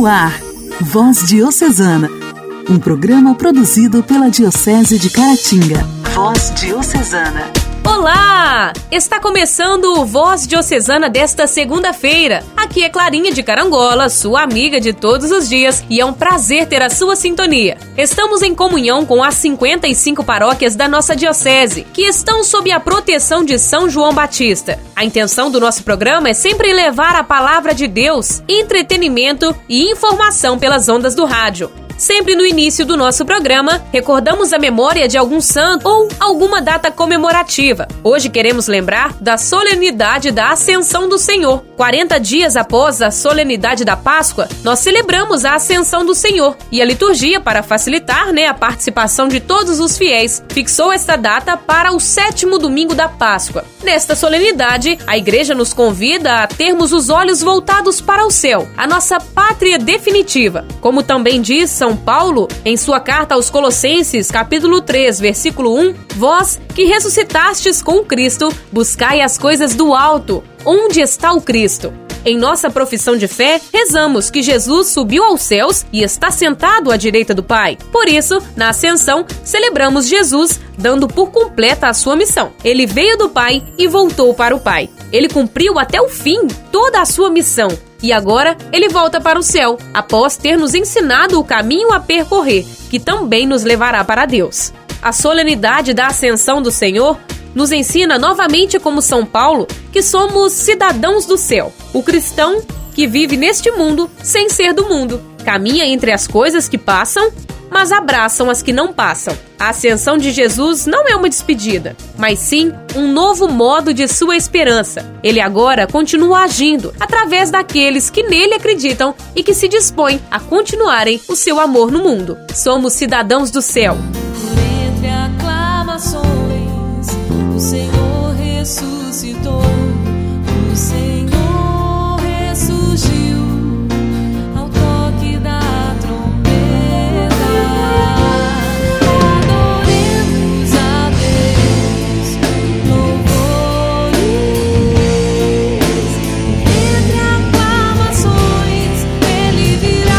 No ar, Voz Diocesana, um programa produzido pela Diocese de Caratinga. Voz Diocesana. Olá! Está começando o Voz Diocesana desta segunda-feira. Aqui é Clarinha de Carangola, sua amiga de todos os dias, e é um prazer ter a sua sintonia. Estamos em comunhão com as 55 paróquias da nossa diocese, que estão sob a proteção de São João Batista. A intenção do nosso programa é sempre levar a palavra de Deus, entretenimento e informação pelas ondas do rádio. Sempre no início do nosso programa, recordamos a memória de algum santo ou alguma data comemorativa. Hoje queremos lembrar da solenidade da Ascensão do Senhor. 40 dias após a solenidade da Páscoa, nós celebramos a Ascensão do Senhor. E a liturgia, para facilitar a participação de todos os fiéis, fixou esta data para o 7º domingo da Páscoa. Nesta solenidade, a Igreja nos convida a termos os olhos voltados para o céu, a nossa pátria definitiva. Como também diz São Paulo, em sua carta aos Colossenses, capítulo 3, versículo 1, vós que ressuscitastes com Cristo, buscai as coisas do alto, onde está o Cristo. Em nossa profissão de fé, rezamos que Jesus subiu aos céus e está sentado à direita do Pai. Por isso, na Ascensão, celebramos Jesus, dando por completa a sua missão. Ele veio do Pai e voltou para o Pai. Ele cumpriu até o fim toda a sua missão. E agora, ele volta para o céu, após ter nos ensinado o caminho a percorrer, que também nos levará para Deus. A solenidade da Ascensão do Senhor nos ensina novamente, como São Paulo, que somos cidadãos do céu. O cristão que vive neste mundo sem ser do mundo, caminha entre as coisas que passam, mas abraçam as que não passam. A ascensão de Jesus não é uma despedida, mas sim um novo modo de sua esperança. Ele agora continua agindo através daqueles que nele acreditam e que se dispõem a continuarem o seu amor no mundo. Somos cidadãos do céu. Entre aclamações, o Senhor ressuscitou, o Senhor ressurgiu ao toque da trombeta. Adoremos a Deus, louvores. Entre aclamações, Ele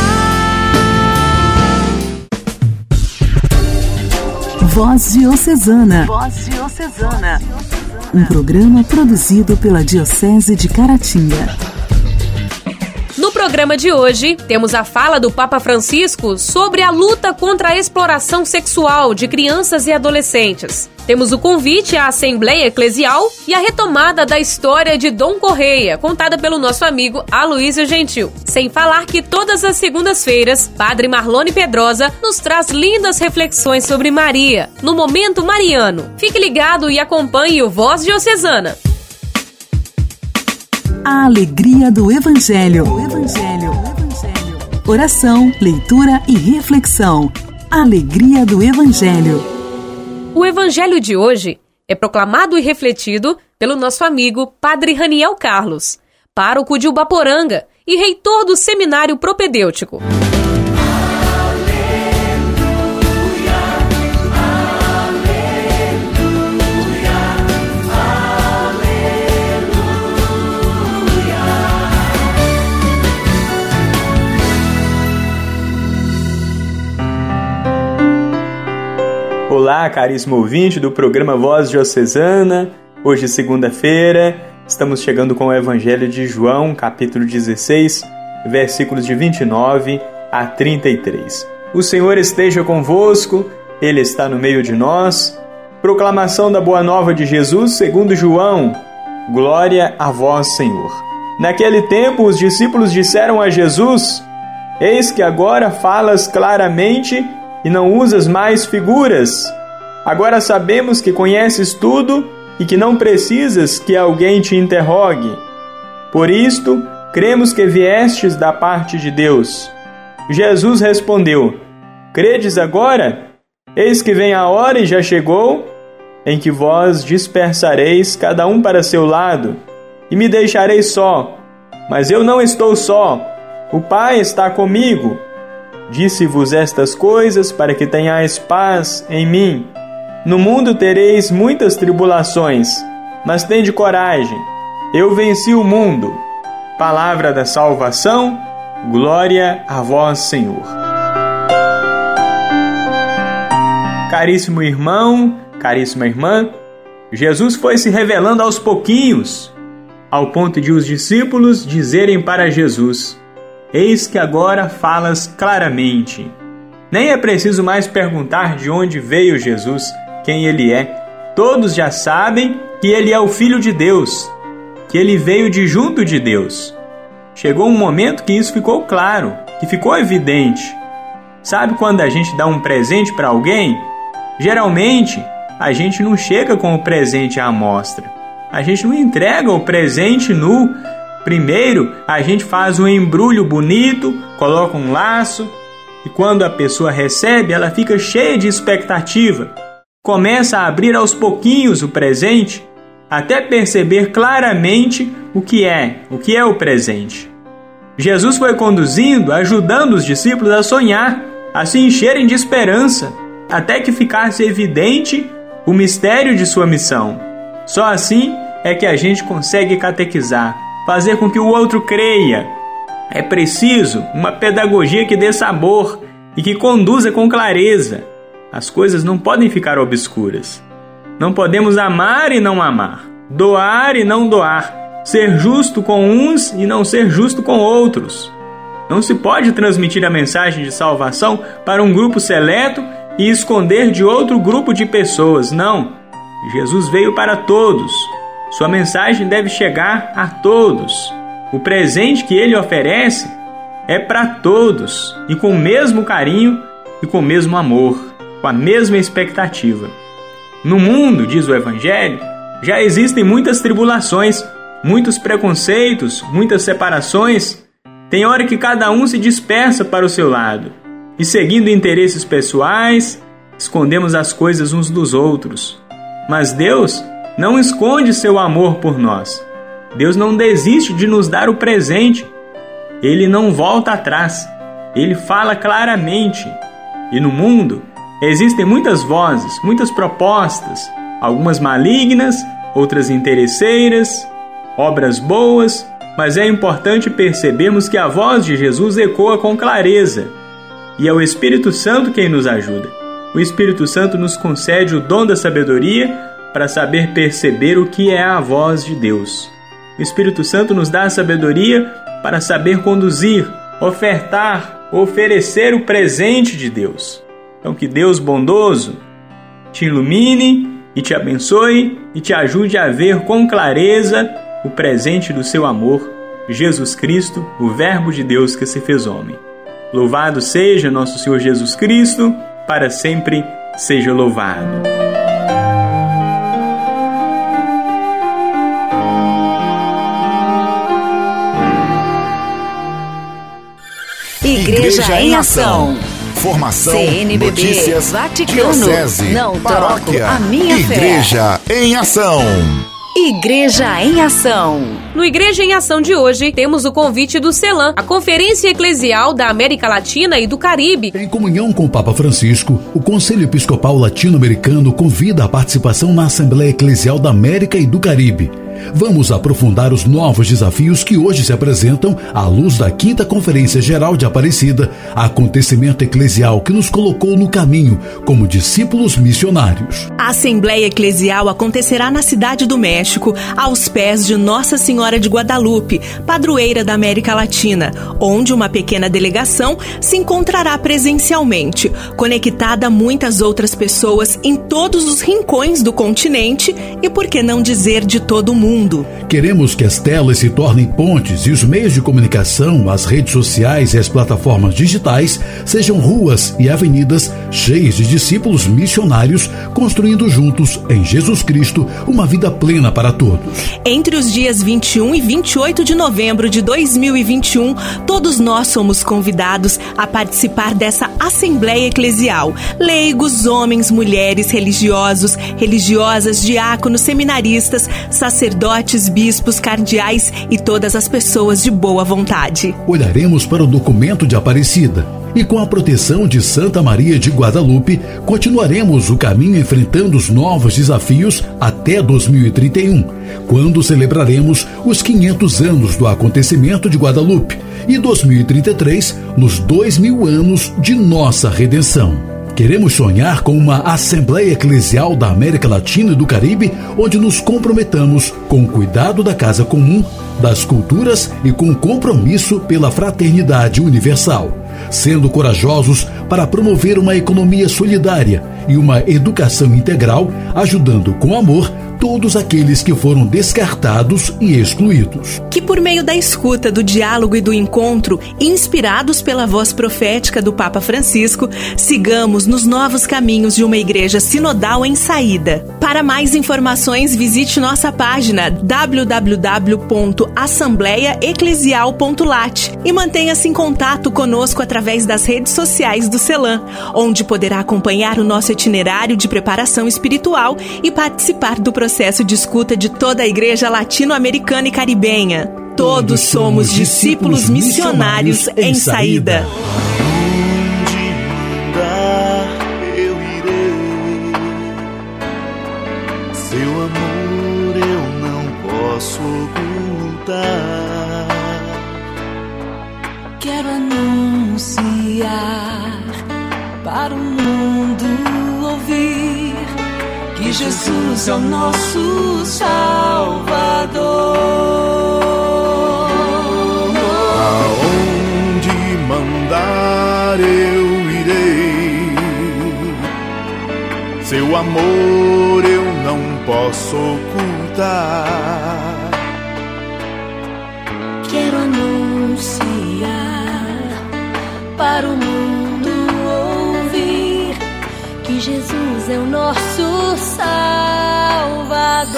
virá. Voz Diocesana. Voz Diocesana. Um programa produzido pela Diocese de Caratinga. No programa de hoje, temos a fala do Papa Francisco sobre a luta contra a exploração sexual de crianças e adolescentes. Temos o convite à Assembleia Eclesial e a retomada da história de Dom Correia, contada pelo nosso amigo Aloísio Gentil. Sem falar que todas as segundas-feiras, Padre Marlone Pedrosa nos traz lindas reflexões sobre Maria, no Momento Mariano. Fique ligado e acompanhe o Voz Diocesana. A alegria do Evangelho. Oração, leitura e reflexão. Alegria do Evangelho. O Evangelho de hoje é proclamado e refletido pelo nosso amigo Padre Raniel Carlos, pároco de Ubaporanga e reitor do Seminário Propedêutico. Olá, caríssimo ouvinte do programa Voz Diocesana. Hoje, segunda-feira, estamos chegando com o Evangelho de João, capítulo 16, versículos de 29 a 33. O Senhor esteja convosco, Ele está no meio de nós. Proclamação da Boa Nova de Jesus segundo João. Glória a vós, Senhor. Naquele tempo, os discípulos disseram a Jesus: Eis que agora falas claramente e não usas mais figuras. Agora sabemos que conheces tudo e que não precisas que alguém te interrogue. Por isto, cremos que viestes da parte de Deus. Jesus respondeu: Credes agora? Eis que vem a hora e já chegou, em que vós dispersareis cada um para seu lado, e me deixareis só. Mas eu não estou só, o Pai está comigo. Disse-vos estas coisas para que tenhais paz em mim. No mundo tereis muitas tribulações, mas tende coragem, eu venci o mundo. Palavra da salvação, Glória a vós, Senhor. Caríssimo irmão, caríssima irmã, Jesus foi se revelando aos pouquinhos, ao ponto de os discípulos dizerem para Jesus: eis que agora falas claramente. Nem é preciso mais perguntar de onde veio Jesus, quem ele é. Todos já sabem que ele é o Filho de Deus, que ele veio de junto de Deus. Chegou um momento que isso ficou claro, que ficou evidente. Sabe quando a gente dá um presente para alguém? Geralmente, a gente não chega com o presente à amostra. A gente não entrega o presente nu. Primeiro, a gente faz um embrulho bonito, coloca um laço, e quando a pessoa recebe, ela fica cheia de expectativa. Começa a abrir aos pouquinhos o presente, até perceber claramente o que é o presente. Jesus foi conduzindo, ajudando os discípulos a sonhar, a se encherem de esperança, até que ficasse evidente o mistério de sua missão. Só assim é que a gente consegue catequizar, fazer com que o outro creia. É preciso uma pedagogia que dê sabor e que conduza com clareza. As coisas não podem ficar obscuras. Não podemos amar e não amar, doar e não doar, ser justo com uns e não ser justo com outros. Não se pode transmitir a mensagem de salvação para um grupo seleto e esconder de outro grupo de pessoas. Não. Jesus veio para todos. Sua mensagem deve chegar a todos. O presente que ele oferece é para todos, e com o mesmo carinho e com o mesmo amor, com a mesma expectativa. No mundo, diz o Evangelho, já existem muitas tribulações, muitos preconceitos, muitas separações. Tem hora que cada um se dispersa para o seu lado, e seguindo interesses pessoais, escondemos as coisas uns dos outros. Mas Deus não esconde seu amor por nós. Deus não desiste de nos dar o presente. Ele não volta atrás. Ele fala claramente. E no mundo existem muitas vozes, muitas propostas, algumas malignas, outras interesseiras, obras boas, mas é importante percebermos que a voz de Jesus ecoa com clareza. E é o Espírito Santo quem nos ajuda. O Espírito Santo nos concede o dom da sabedoria para saber perceber o que é a voz de Deus. O Espírito Santo nos dá a sabedoria para saber conduzir, ofertar, oferecer o presente de Deus. Então que Deus bondoso te ilumine e te abençoe e te ajude a ver com clareza o presente do seu amor, Jesus Cristo, o Verbo de Deus que se fez homem. Louvado seja nosso Senhor Jesus Cristo, para sempre seja louvado. Igreja em Ação. Formação, CNBB, notícias, Vaticano, diocese, não paróquia, troco a minha Igreja em Ação. Igreja em Ação. No Igreja em Ação de hoje, temos o convite do CELAM, a Conferência Eclesial da América Latina e do Caribe. Em comunhão com o Papa Francisco, o Conselho Episcopal Latino-Americano convida a participação na Assembleia Eclesial da América e do Caribe. Vamos aprofundar os novos desafios que hoje se apresentam à luz da 5ª Conferência Geral de Aparecida, acontecimento eclesial que nos colocou no caminho como discípulos missionários. A Assembleia Eclesial acontecerá na Cidade do México, aos pés de Nossa Senhora de Guadalupe, padroeira da América Latina, onde uma pequena delegação se encontrará presencialmente, conectada a muitas outras pessoas em todos os rincões do continente e, por que não dizer, de todo o mundo. Queremos que as telas se tornem pontes e os meios de comunicação, as redes sociais e as plataformas digitais sejam ruas e avenidas cheias de discípulos missionários, construindo juntos, em Jesus Cristo, uma vida plena para todos. Entre os dias 21 e 28 de novembro de 2021, todos nós somos convidados a participar dessa Assembleia Eclesial. Leigos, homens, mulheres, religiosos, religiosas, diáconos, seminaristas, sacerdotes, sacerdotes, bispos, cardeais e todas as pessoas de boa vontade. Olharemos para o documento de Aparecida e, com a proteção de Santa Maria de Guadalupe, continuaremos o caminho enfrentando os novos desafios até 2031, quando celebraremos os 500 anos do acontecimento de Guadalupe e 2033, nos 2000 anos de nossa redenção. Queremos sonhar com uma Assembleia Eclesial da América Latina e do Caribe, onde nos comprometamos com o cuidado da casa comum, das culturas e com o compromisso pela fraternidade universal, sendo corajosos para promover uma economia solidária e uma educação integral, ajudando com amor todos aqueles que foram descartados e excluídos. Que por meio da escuta, do diálogo e do encontro, inspirados pela voz profética do Papa Francisco, sigamos nos novos caminhos de uma igreja sinodal em saída. Para mais informações, visite nossa página www.assembleiaeclesial.lat e mantenha-se em contato conosco através das redes sociais do CELAM, onde poderá acompanhar o nosso itinerário de preparação espiritual e participar do processo de escuta de toda a igreja latino-americana e caribenha. Todos somos discípulos missionários em saída. Onde mandar eu irei, seu amor eu não posso ocultar. Quero anunciar para o mundo ouvir que Jesus é o nosso Salvador. Aonde mandar eu irei, seu amor eu não posso ocultar. Quero anunciar para o mundo ouvir que Jesus é o nosso Salvador.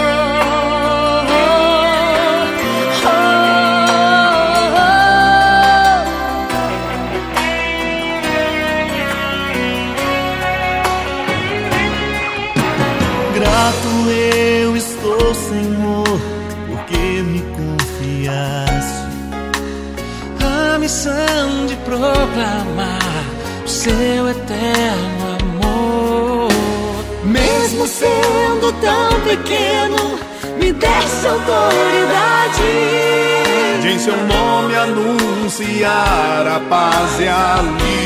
Grato eu estou, Senhor, porque me confiaste a missão de proclamar o seu eterno amor. Mesmo sendo tão pequeno, me deste autoridade De em seu nome anunciar a paz e a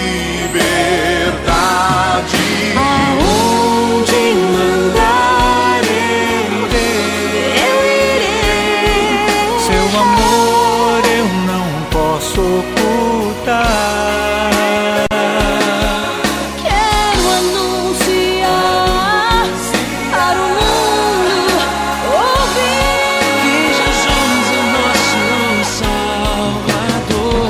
liberdade. aonde mandar eu irei. Seu amor eu não posso ocultar. Quero anunciar para o mundo ouvir Que Jesus é nosso Salvador.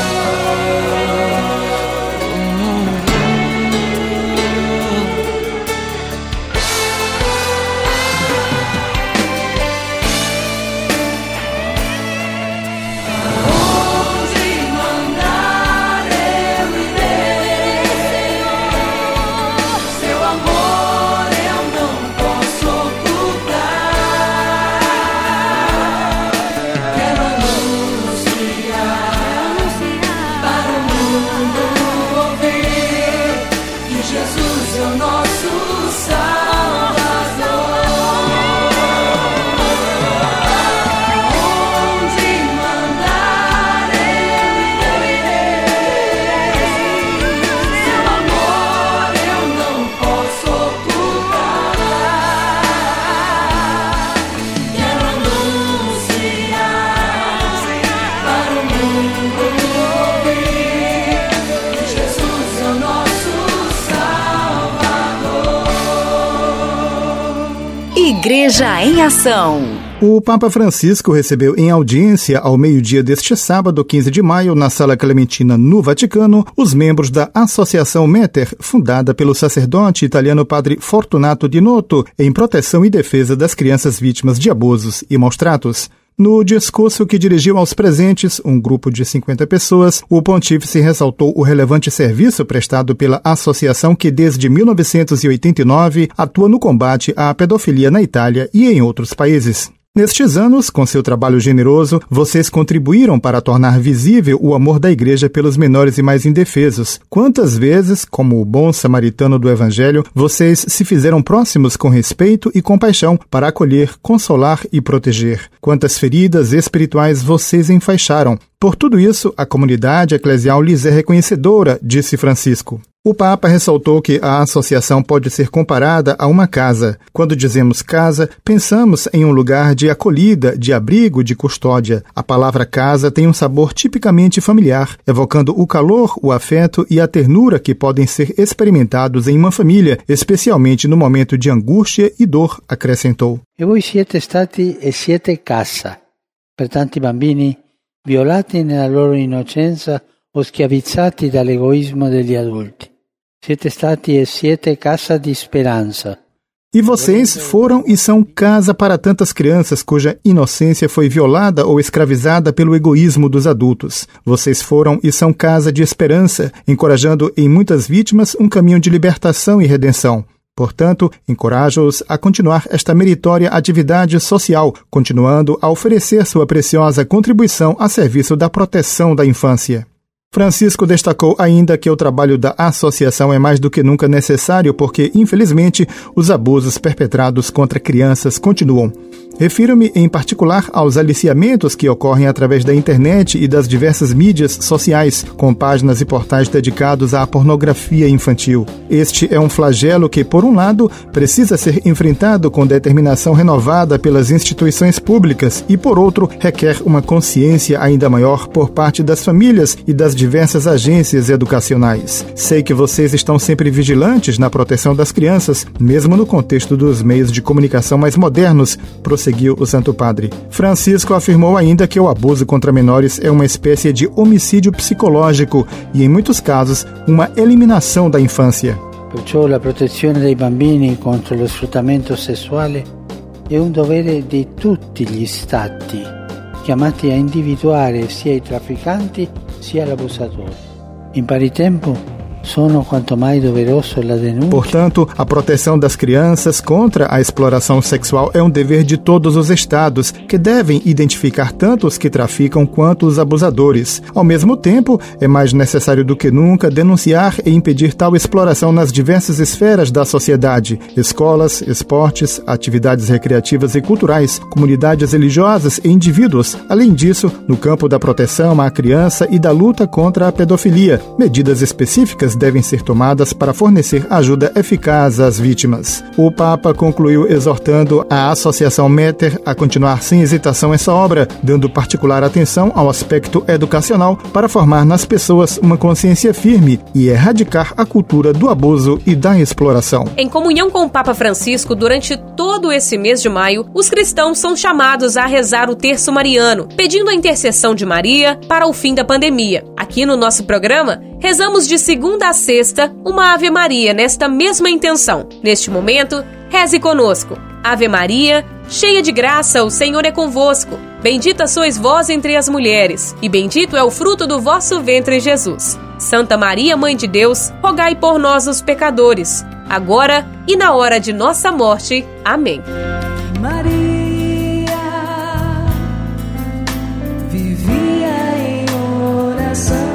onde mandar eu irei, Senhor. Seu amor eu não posso ocultar. Quero anunciar para o mundo ouvir que Jesus é o nosso Salvador. Onde mandar eu irei. Seu amor eu não posso ocultar. Quero anunciar para o mundo ouvir que Jesus é o nosso Salvador. Igreja em Ação. O Papa Francisco recebeu em audiência ao meio-dia deste sábado, 15 de maio, na Sala Clementina, no Vaticano, os membros da Associação Meter, fundada pelo sacerdote italiano Padre Fortunato Di Noto, em proteção e defesa das crianças vítimas de abusos e maus-tratos. No discurso que dirigiu aos presentes, um grupo de 50 pessoas, o pontífice ressaltou o relevante serviço prestado pela associação que desde 1989 atua no combate à pedofilia na Itália e em outros países. Nestes anos, com seu trabalho generoso, vocês contribuíram para tornar visível o amor da Igreja pelos menores e mais indefesos. Quantas vezes, como o bom samaritano do Evangelho, vocês se fizeram próximos com respeito e compaixão para acolher, consolar e proteger? Quantas feridas espirituais vocês enfaixaram? Por tudo isso, a comunidade eclesial lhes é reconhecedora, disse Francisco. O Papa ressaltou que a associação pode ser comparada a uma casa. Quando dizemos casa, pensamos em um lugar de acolhida, de abrigo, de custódia. A palavra casa tem um sabor tipicamente familiar, evocando o calor, o afeto e a ternura que podem ser experimentados em uma família, especialmente no momento de angústia e dor, acrescentou. E voi siete stati e siete casa per tanti bambini violati nella loro innocenza o schiavizzati dall'egoismo degli adulti. Siete stati e siete casa di speranza. E vocês foram e são casa para tantas crianças cuja inocência foi violada ou escravizada pelo egoísmo dos adultos. Vocês foram e são casa de esperança, encorajando em muitas vítimas um caminho de libertação e redenção. Portanto, encorajo-os a continuar esta meritória atividade social, continuando a oferecer sua preciosa contribuição a serviço da proteção da infância. Francisco destacou ainda que o trabalho da associação é mais do que nunca necessário porque, infelizmente, os abusos perpetrados contra crianças continuam. Refiro-me, em particular, aos aliciamentos que ocorrem através da internet e das diversas mídias sociais, com páginas e portais dedicados à pornografia infantil. Este é um flagelo que, por um lado, precisa ser enfrentado com determinação renovada pelas instituições públicas e, por outro, requer uma consciência ainda maior por parte das famílias e das diversas agências educacionais. Sei que vocês estão sempre vigilantes na proteção das crianças, mesmo no contexto dos meios de comunicação mais modernos, prosseguiu o Santo Padre. Francisco afirmou ainda que o abuso contra menores é uma espécie de homicídio psicológico e, em muitos casos, uma eliminação da infância. Perciò la protezione dei bambini contro lo sfruttamento sessuale è un dovere di tutti gli stati, chiamati a individuare sia i trafficanti sia l'abusadore. In pari tempo, sono quanto mai doveroso la denuncia. Portanto, a proteção das crianças contra a exploração sexual é um dever de todos os estados, que devem identificar tanto os que traficam quanto os abusadores. Ao mesmo tempo, é mais necessário do que nunca denunciar e impedir tal exploração nas diversas esferas da sociedade: escolas, esportes, atividades recreativas e culturais, comunidades religiosas e indivíduos. Além disso, no campo da proteção à criança e da luta contra a pedofilia, medidas específicas devem ser tomadas para fornecer ajuda eficaz às vítimas. O Papa concluiu exortando a Associação Mater a continuar sem hesitação essa obra, dando particular atenção ao aspecto educacional para formar nas pessoas uma consciência firme e erradicar a cultura do abuso e da exploração. Em comunhão com o Papa Francisco, durante todo esse mês de maio, os cristãos são chamados a rezar o Terço Mariano, pedindo a intercessão de Maria para o fim da pandemia. Aqui no nosso programa, rezamos de segunda a sexta uma Ave Maria nesta mesma intenção. Neste momento, reze conosco. Ave Maria, cheia de graça, o Senhor é convosco. Bendita sois vós entre as mulheres, e bendito é o fruto do vosso ventre, Jesus. Santa Maria, Mãe de Deus, rogai por nós os pecadores, agora e na hora de nossa morte. Amém. Maria vivia em oração.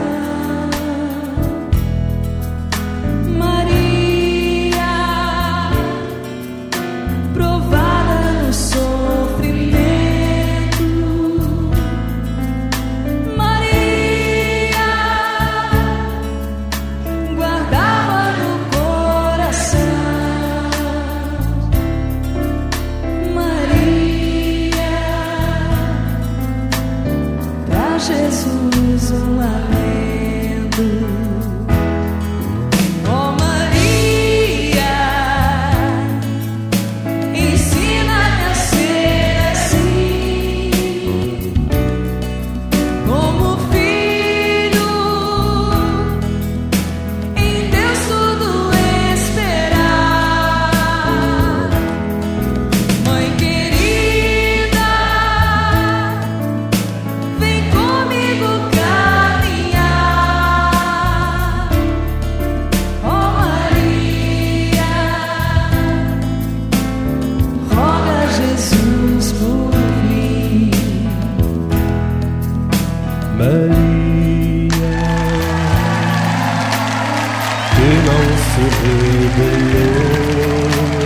revelou.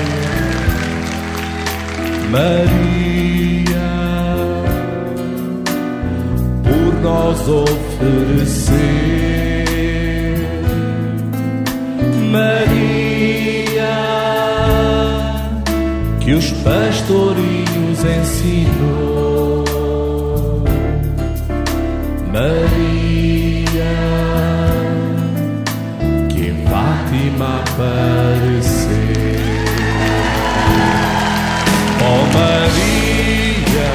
Maria, por nós oferecer. Maria, que os pastorinhos ensinou. Maria, que em Fátima apareceu. Oh Maria,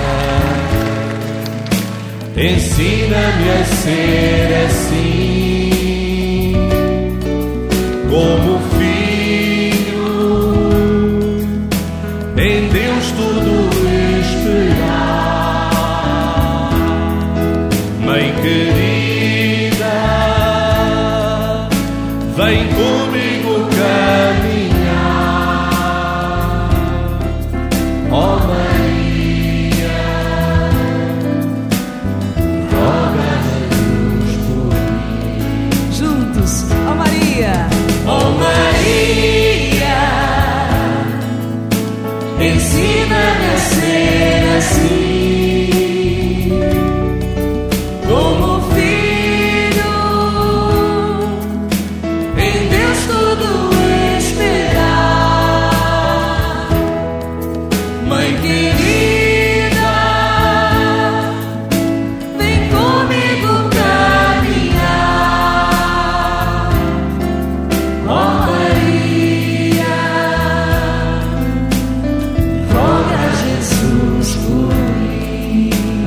ensina-me a ser assim, como filho, em Deus tudo esperar. Mãe querida, vem comigo caminhar. Oh Maria, roga-nos por mim. Juntos, ó Maria. Oh Maria, ensina-me a ser assim, como filho, em Deus tudo esperar. Mãe querida, vem comigo caminhar. Oh Maria, roga a Jesus por mim.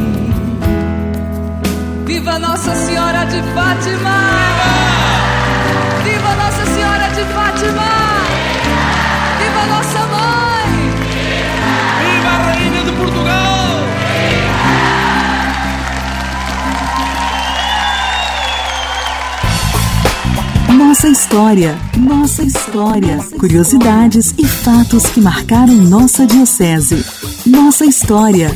Viva Nossa Senhora de Fátima! Viva Nossa Senhora de Fátima! Viva Nossa Mãe! Viva a Rainha de Portugal! Nossa história, nossa história. Curiosidades e fatos que marcaram nossa diocese. Nossa história.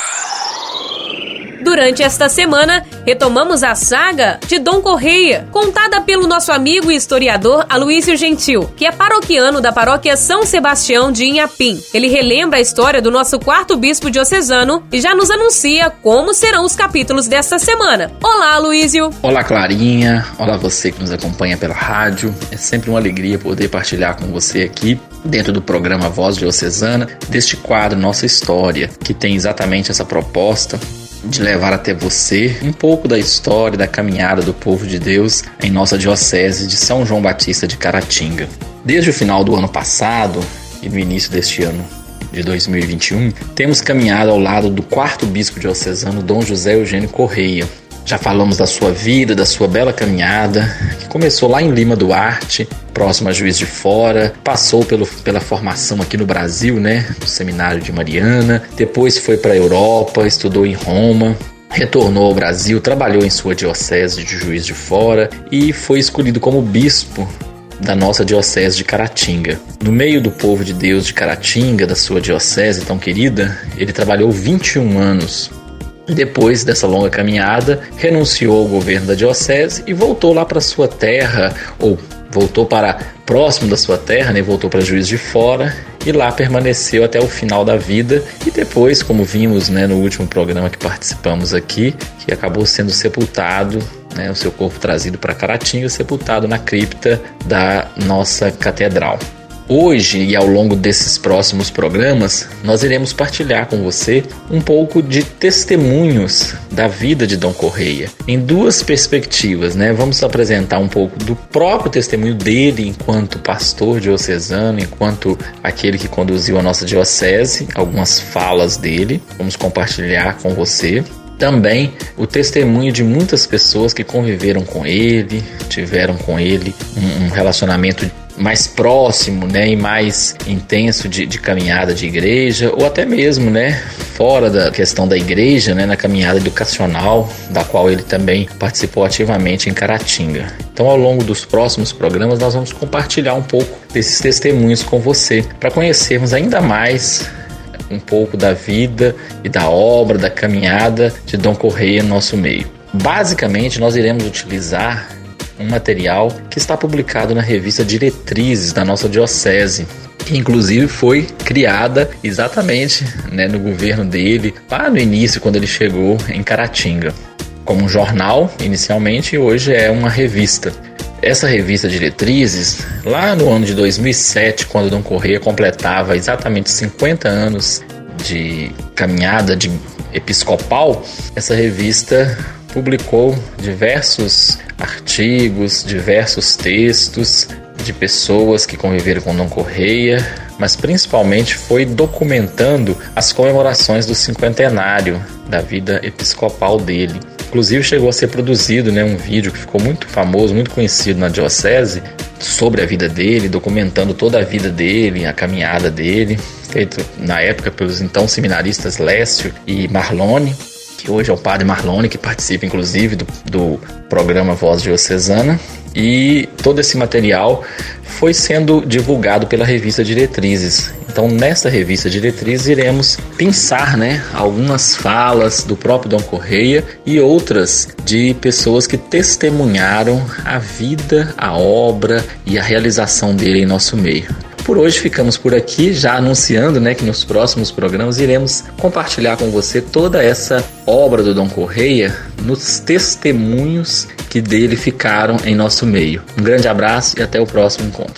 Durante esta semana, retomamos a saga de Dom Correia, contada pelo nosso amigo e historiador Aloísio Gentil, que é paroquiano da paróquia São Sebastião de Inhapim. Ele relembra a história do nosso quarto bispo diocesano e já nos anuncia como serão os capítulos desta semana. Olá, Aloísio! Olá, Clarinha! Olá, você que nos acompanha pela rádio. É sempre uma alegria poder partilhar com você aqui, dentro do programa Voz Diocesana, deste quadro Nossa História, que tem exatamente essa proposta de levar até você um pouco da história, da caminhada do povo de Deus em nossa diocese de São João Batista de Caratinga. Desde o final do ano passado e no início deste ano de 2021, temos caminhado ao lado do quarto bispo diocesano, Dom José Eugênio Correia. Já falamos da sua vida, da sua bela caminhada, que começou lá em Lima Duarte, próximo a Juiz de Fora, passou pela formação aqui no Brasil, né, no Seminário de Mariana, depois foi para a Europa, estudou em Roma, retornou ao Brasil, trabalhou em sua diocese de Juiz de Fora e foi escolhido como bispo da nossa diocese de Caratinga. No meio do povo de Deus de Caratinga, da sua diocese tão querida, ele trabalhou 21 anos. Depois dessa longa caminhada, renunciou ao governo da diocese e voltou lá para sua terra, ou voltou para próximo da sua terra, né? Voltou para Juiz de Fora e lá permaneceu até o final da vida. E depois, como vimos, né, no último programa que participamos aqui, que acabou sendo sepultado, né, o seu corpo trazido para Caratinga, sepultado na cripta da nossa catedral. Hoje e ao longo desses próximos programas, nós iremos partilhar com você um pouco de testemunhos da vida de Dom Correia, em duas perspectivas, né? Vamos apresentar um pouco do próprio testemunho dele enquanto pastor diocesano, enquanto aquele que conduziu a nossa diocese, algumas falas dele, vamos compartilhar com você. Também o testemunho de muitas pessoas que conviveram com ele, tiveram com ele um relacionamento mais próximo, né, e mais intenso de caminhada de igreja, ou até mesmo, né, fora da questão da igreja, né, na caminhada educacional, da qual ele também participou ativamente em Caratinga. Então, ao longo dos próximos programas, nós vamos compartilhar um pouco desses testemunhos com você, para conhecermos ainda mais um pouco da vida e da obra, da caminhada de Dom Correia no nosso meio. Basicamente, nós iremos utilizar um material que está publicado na revista Diretrizes da nossa diocese, que inclusive foi criada exatamente, no governo dele, lá no início, quando ele chegou em Caratinga, como um jornal inicialmente, e hoje é uma revista. Essa revista Diretrizes, lá no ano de 2007, quando Dom Correia completava exatamente 50 anos de caminhada de episcopal, essa revista publicou diversos artigos, diversos textos de pessoas que conviveram com Dom Correia, mas principalmente foi documentando as comemorações do cinquentenário da vida episcopal dele. Inclusive chegou a ser produzido um vídeo que ficou muito famoso, muito conhecido na diocese, sobre a vida dele, documentando toda a vida dele, a caminhada dele, feito na época pelos então seminaristas Lécio e Marlone, que hoje é o padre Marlone, que participa inclusive do programa Voz Diocesana. E todo esse material foi sendo divulgado pela revista Diretrizes. Então, nessa revista Diretrizes, iremos pensar algumas falas do próprio Dom Correia e outras de pessoas que testemunharam a vida, a obra e a realização dele em nosso meio. Por hoje ficamos por aqui, já anunciando que nos próximos programas iremos compartilhar com você toda essa obra do Dom Correia nos testemunhos que dele ficaram em nosso meio. Um grande abraço e até o próximo encontro.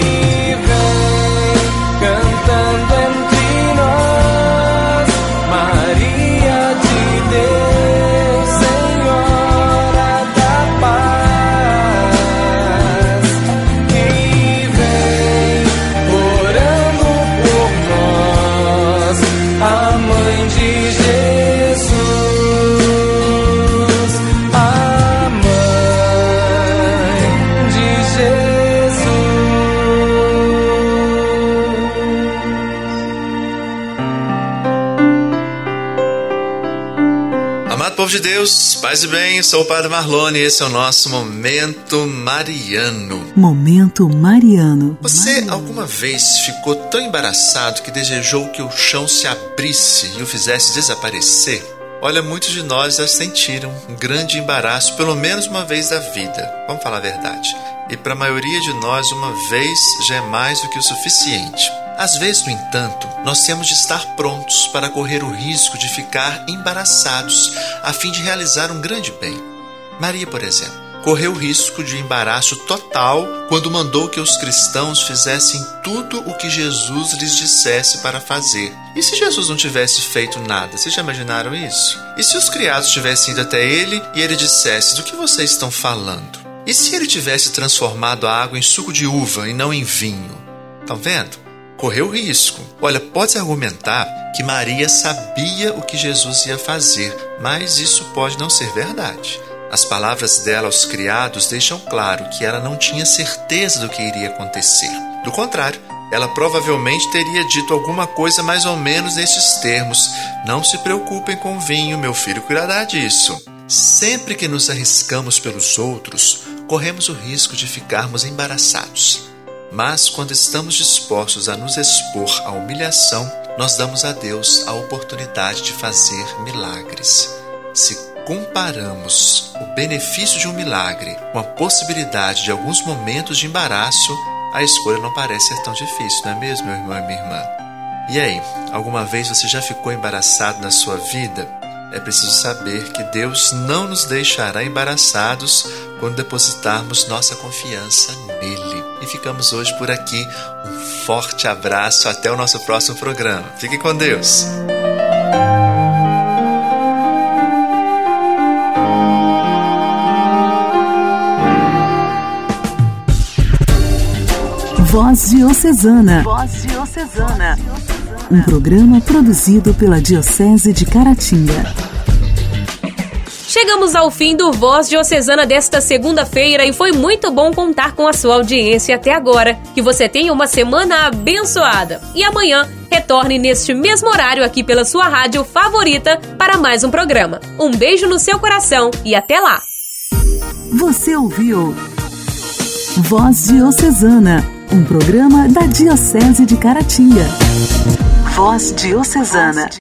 Povo de Deus, paz e bem, sou o Padre Marlone e esse é o nosso Momento Mariano. Momento Mariano. Você alguma vez ficou tão embaraçado que desejou que o chão se abrisse e o fizesse desaparecer? Olha, muitos de nós já sentiram um grande embaraço pelo menos uma vez da vida, vamos falar a verdade. E para a maioria de nós, uma vez já é mais do que o suficiente. Às vezes, no entanto, nós temos de estar prontos para correr o risco de ficar embaraçados a fim de realizar um grande bem. Maria, por exemplo, correu o risco de embaraço total quando mandou que os cristãos fizessem tudo o que Jesus lhes dissesse para fazer. E se Jesus não tivesse feito nada? Vocês já imaginaram isso? E se os criados tivessem ido até ele e ele dissesse: do que vocês estão falando? E se ele tivesse transformado a água em suco de uva e não em vinho? Estão vendo? Correu risco. Olha, pode-se argumentar que Maria sabia o que Jesus ia fazer, mas isso pode não ser verdade. As palavras dela aos criados deixam claro que ela não tinha certeza do que iria acontecer. Do contrário, ela provavelmente teria dito alguma coisa mais ou menos nesses termos: não se preocupem com o vinho, meu filho cuidará disso. Sempre que nos arriscamos pelos outros, corremos o risco de ficarmos embaraçados. Mas quando estamos dispostos a nos expor à humilhação, nós damos a Deus a oportunidade de fazer milagres. Se comparamos o benefício de um milagre com a possibilidade de alguns momentos de embaraço, a escolha não parece ser tão difícil, não é mesmo, meu irmão e minha irmã? E aí, alguma vez você já ficou embaraçado na sua vida? É preciso saber que Deus não nos deixará embaraçados quando depositarmos nossa confiança nele. E ficamos hoje por aqui. Um forte abraço, até o nosso próximo programa. Fiquem com Deus. Voz Diocesana. Voz Diocesana. Um programa produzido pela Diocese de Caratinga. Chegamos ao fim do Voz Diocesana desta segunda-feira e foi muito bom contar com a sua audiência até agora. Que você tenha uma semana abençoada. E amanhã, retorne neste mesmo horário aqui pela sua rádio favorita para mais um programa. Um beijo no seu coração e até lá! Você ouviu Voz Diocesana, um programa da Diocese de Caratinga. Voz Diocesana.